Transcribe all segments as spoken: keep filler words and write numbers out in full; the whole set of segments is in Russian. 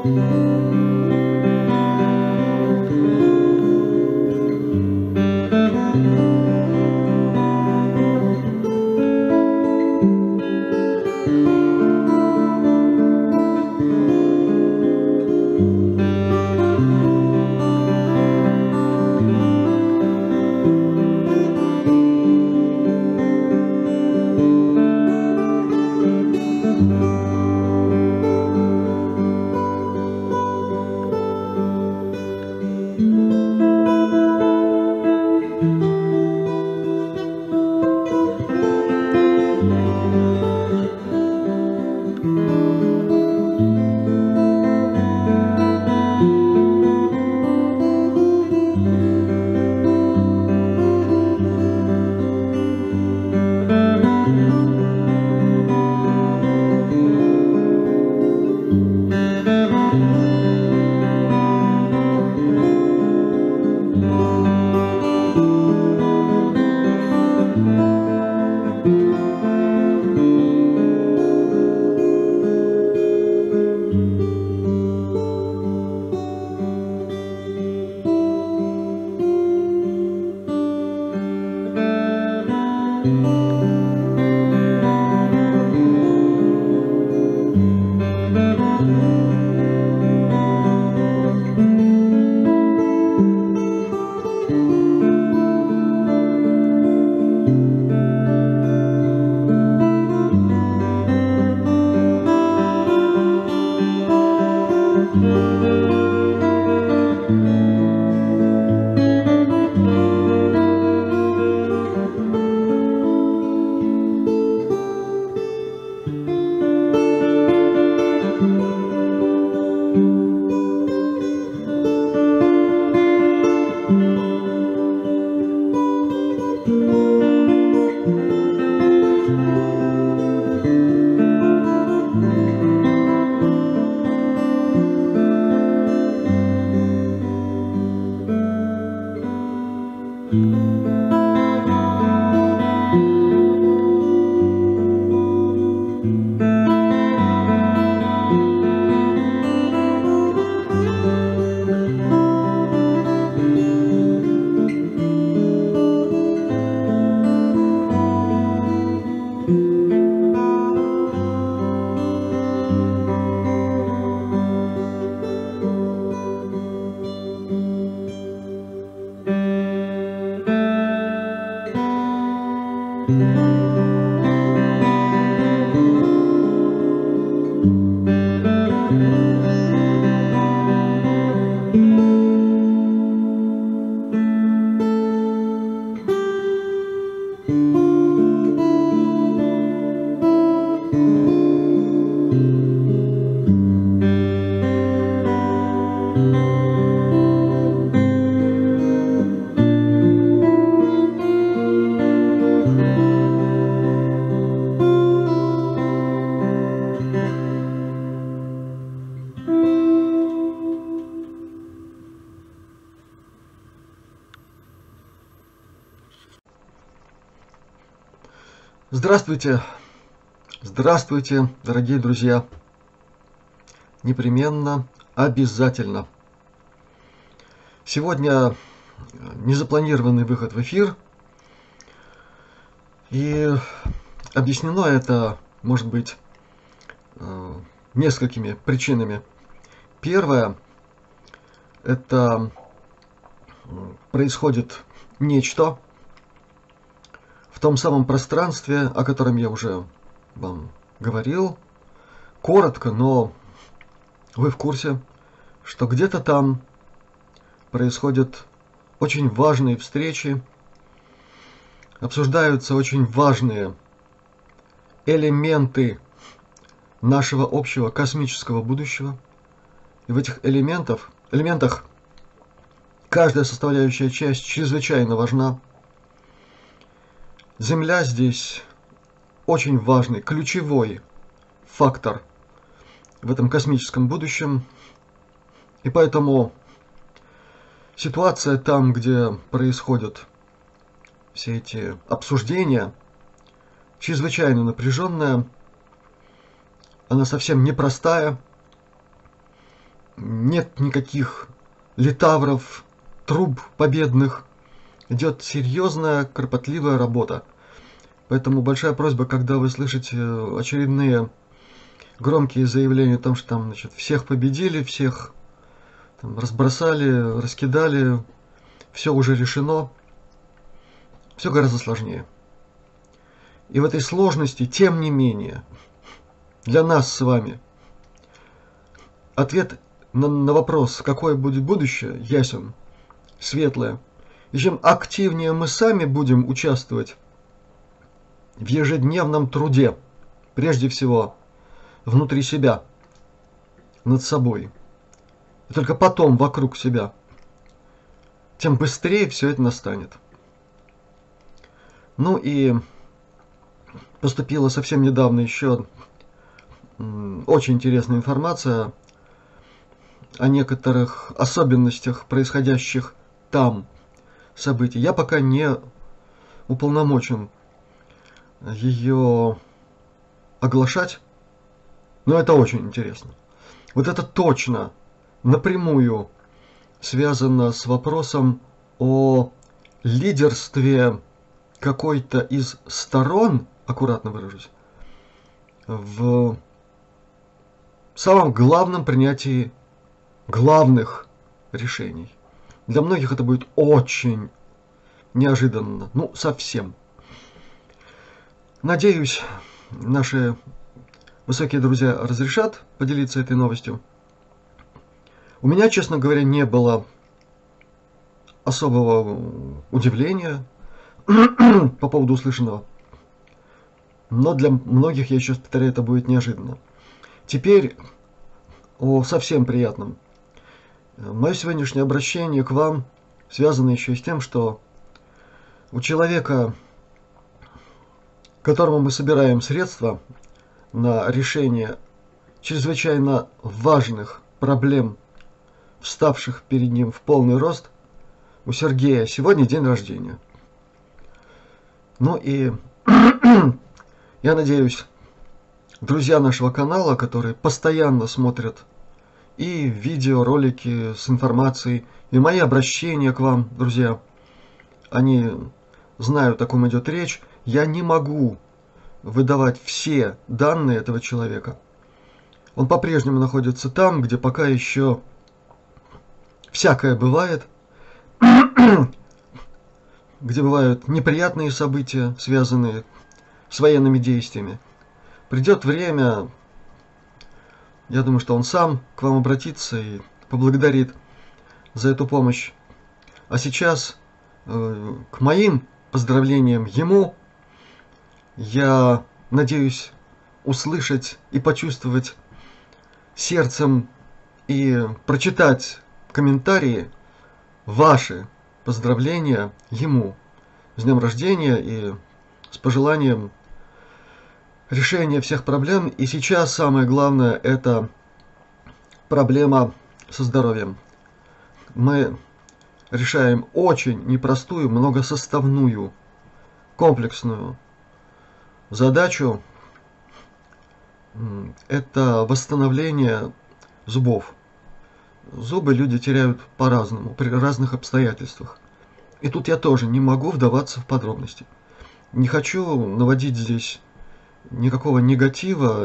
Здравствуйте, здравствуйте, дорогие друзья. Непременно, обязательно. Сегодня незапланированный выход в эфир. И объяснено это, может быть, несколькими причинами. Первое, это происходит нечто в том самом пространстве, о котором я уже вам говорил, коротко, но вы в курсе, что где-то там происходят очень важные встречи, обсуждаются очень важные элементы нашего общего космического будущего. И в этих элементах, элементах каждая составляющая часть чрезвычайно важна. Земля здесь очень важный, ключевой фактор в этом космическом будущем. И поэтому ситуация там, где происходят все эти обсуждения, чрезвычайно напряженная, она совсем непростая. нет никаких литавров, труб победных. Идет серьезная, кропотливая работа. Поэтому большая просьба, когда вы слышите очередные громкие заявления о том, что там, значит, всех победили, всех там разбросали, раскидали, все уже решено, все гораздо сложнее. И в этой сложности, тем не менее, для нас с вами ответ на, на вопрос, какое будет будущее, ясен, светлое. И чем активнее мы сами будем участвовать в ежедневном труде, прежде всего внутри себя, над собой, и только потом вокруг себя, тем быстрее все это настанет. Ну и поступила совсем недавно еще очень интересная информация о некоторых особенностях происходящих там событий. Я пока не уполномочен ее оглашать, но это очень интересно. Вот это точно напрямую связано с вопросом о лидерстве какой-то из сторон, аккуратно выражусь, в самом главном принятии главных решений. Для многих это будет очень неожиданно, ну совсем. Надеюсь, наши высокие друзья разрешат поделиться этой новостью. У меня, честно говоря, не было особого удивления по поводу услышанного. Но для многих, я еще повторяю, это будет неожиданно. Теперь о совсем приятном. Мое сегодняшнее обращение к вам связано еще и с тем, что у человека, которому мы собираем средства на решение чрезвычайно важных проблем, вставших перед ним в полный рост, у Сергея сегодня день рождения. Ну и я надеюсь, друзья нашего канала, которые постоянно смотрят и видеоролики с информацией, и мои обращения к вам, друзья, они знают, о ком идет речь. Я не могу выдавать все данные этого человека. Он по-прежнему находится там, где пока еще всякое бывает, где бывают неприятные события, связанные с военными действиями. Придет время, я думаю, что он сам к вам обратится и поблагодарит за эту помощь. А сейчас э, к моим поздравлениям ему я надеюсь услышать и почувствовать сердцем и прочитать комментарии ваши поздравления ему с днем рождения и с пожеланием решения всех проблем. И сейчас самое главное — это проблема со здоровьем. Мы решаем очень непростую, многосоставную, комплексную задачу. Это восстановление зубов. Зубы люди теряют по-разному, при разных обстоятельствах. И тут я тоже не могу вдаваться в подробности. Не хочу наводить здесь никакого негатива.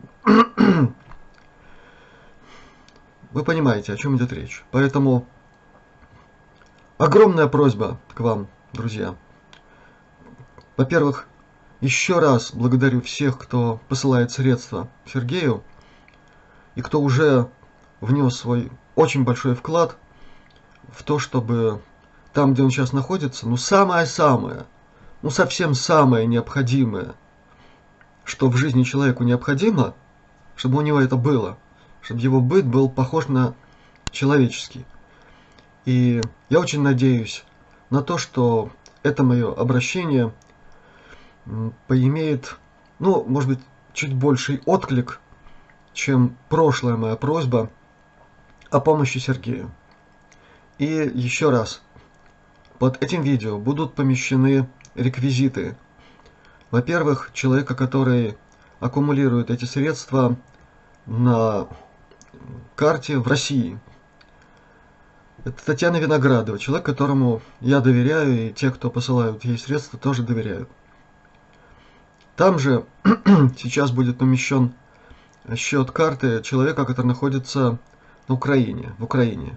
Вы понимаете, о чем идет речь. Поэтому огромная просьба к вам, друзья. Во-первых, еще раз благодарю всех, кто посылает средства Сергею и кто уже внес свой очень большой вклад в то, чтобы там, где он сейчас находится, ну самое-самое, ну совсем самое необходимое, что в жизни человеку необходимо, чтобы у него это было, чтобы его быт был похож на человеческий. И я очень надеюсь на то, что это мое обращение поимеет, ну, может быть, чуть больший отклик, чем прошлая моя просьба о помощи Сергею. И еще раз, под этим видео будут помещены реквизиты. Во-первых, человека, который аккумулирует эти средства на карте в России. Это Татьяна Виноградова, человек, которому я доверяю, и те, кто посылают ей средства, тоже доверяют. Там же сейчас будет помещен счет карты человека, который находится на Украине, в Украине.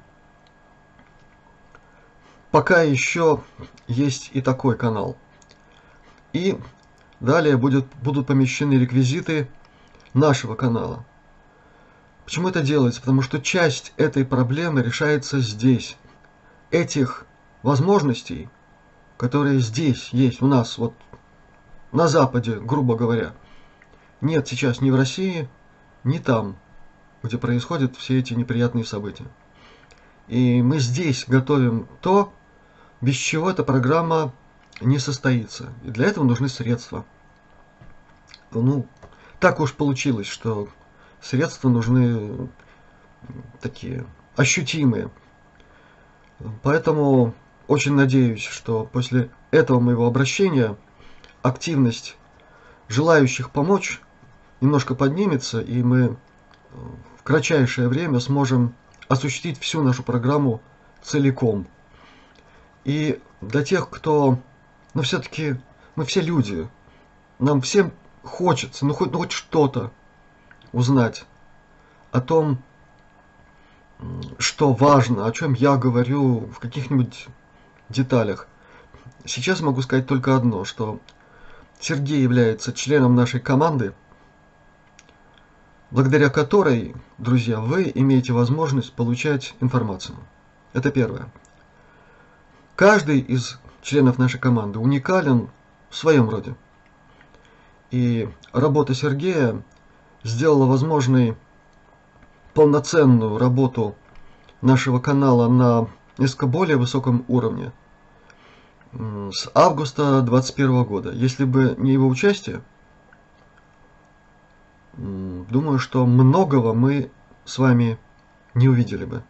Пока еще есть и такой канал. И далее будет, будут помещены реквизиты нашего канала. Почему это делается? Потому что часть этой проблемы решается здесь. Этих возможностей, которые здесь есть, у нас, вот на Западе, грубо говоря, нет сейчас ни в России, ни там, где происходят все эти неприятные события. И мы здесь готовим то, без чего эта программа не состоится. И для этого нужны средства. Ну, так уж получилось, что средства нужны такие ощутимые. Поэтому очень надеюсь, что после этого моего обращения активность желающих помочь немножко поднимется, и мы в кратчайшее время сможем осуществить всю нашу программу целиком. И для тех, кто, ну все-таки, мы все люди, нам всем хочется, ну хоть, ну, хоть что-то узнать о том, что важно, о чем я говорю в каких-нибудь деталях. Сейчас могу сказать только одно, что Сергей является членом нашей команды, благодаря которой, друзья, вы имеете возможность получать информацию. Это первое. Каждый из членов нашей команды уникален в своем роде. И работа Сергея сделала возможной полноценную работу нашего канала на несколько более высоком уровне с августа двадцать первого года. Если бы не его участие, думаю, что многого мы с вами не увидели бы.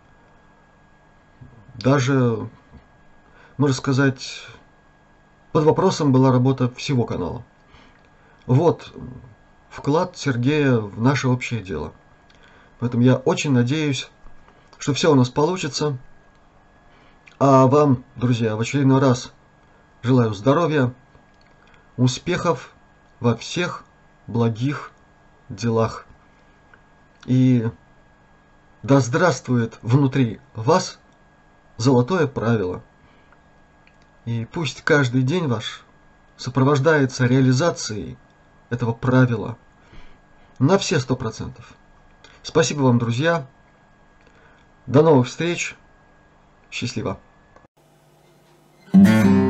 Даже, можно сказать, под вопросом была работа всего канала. Вот вклад Сергея в наше общее дело. Поэтому я очень надеюсь, что все у нас получится. А вам, друзья, в очередной раз желаю здоровья, успехов во всех благих делах. И да здравствует внутри вас золотое правило. И пусть каждый день ваш сопровождается реализацией этого правила на все сто процентов. Спасибо вам, друзья. До новых встреч. Счастливо.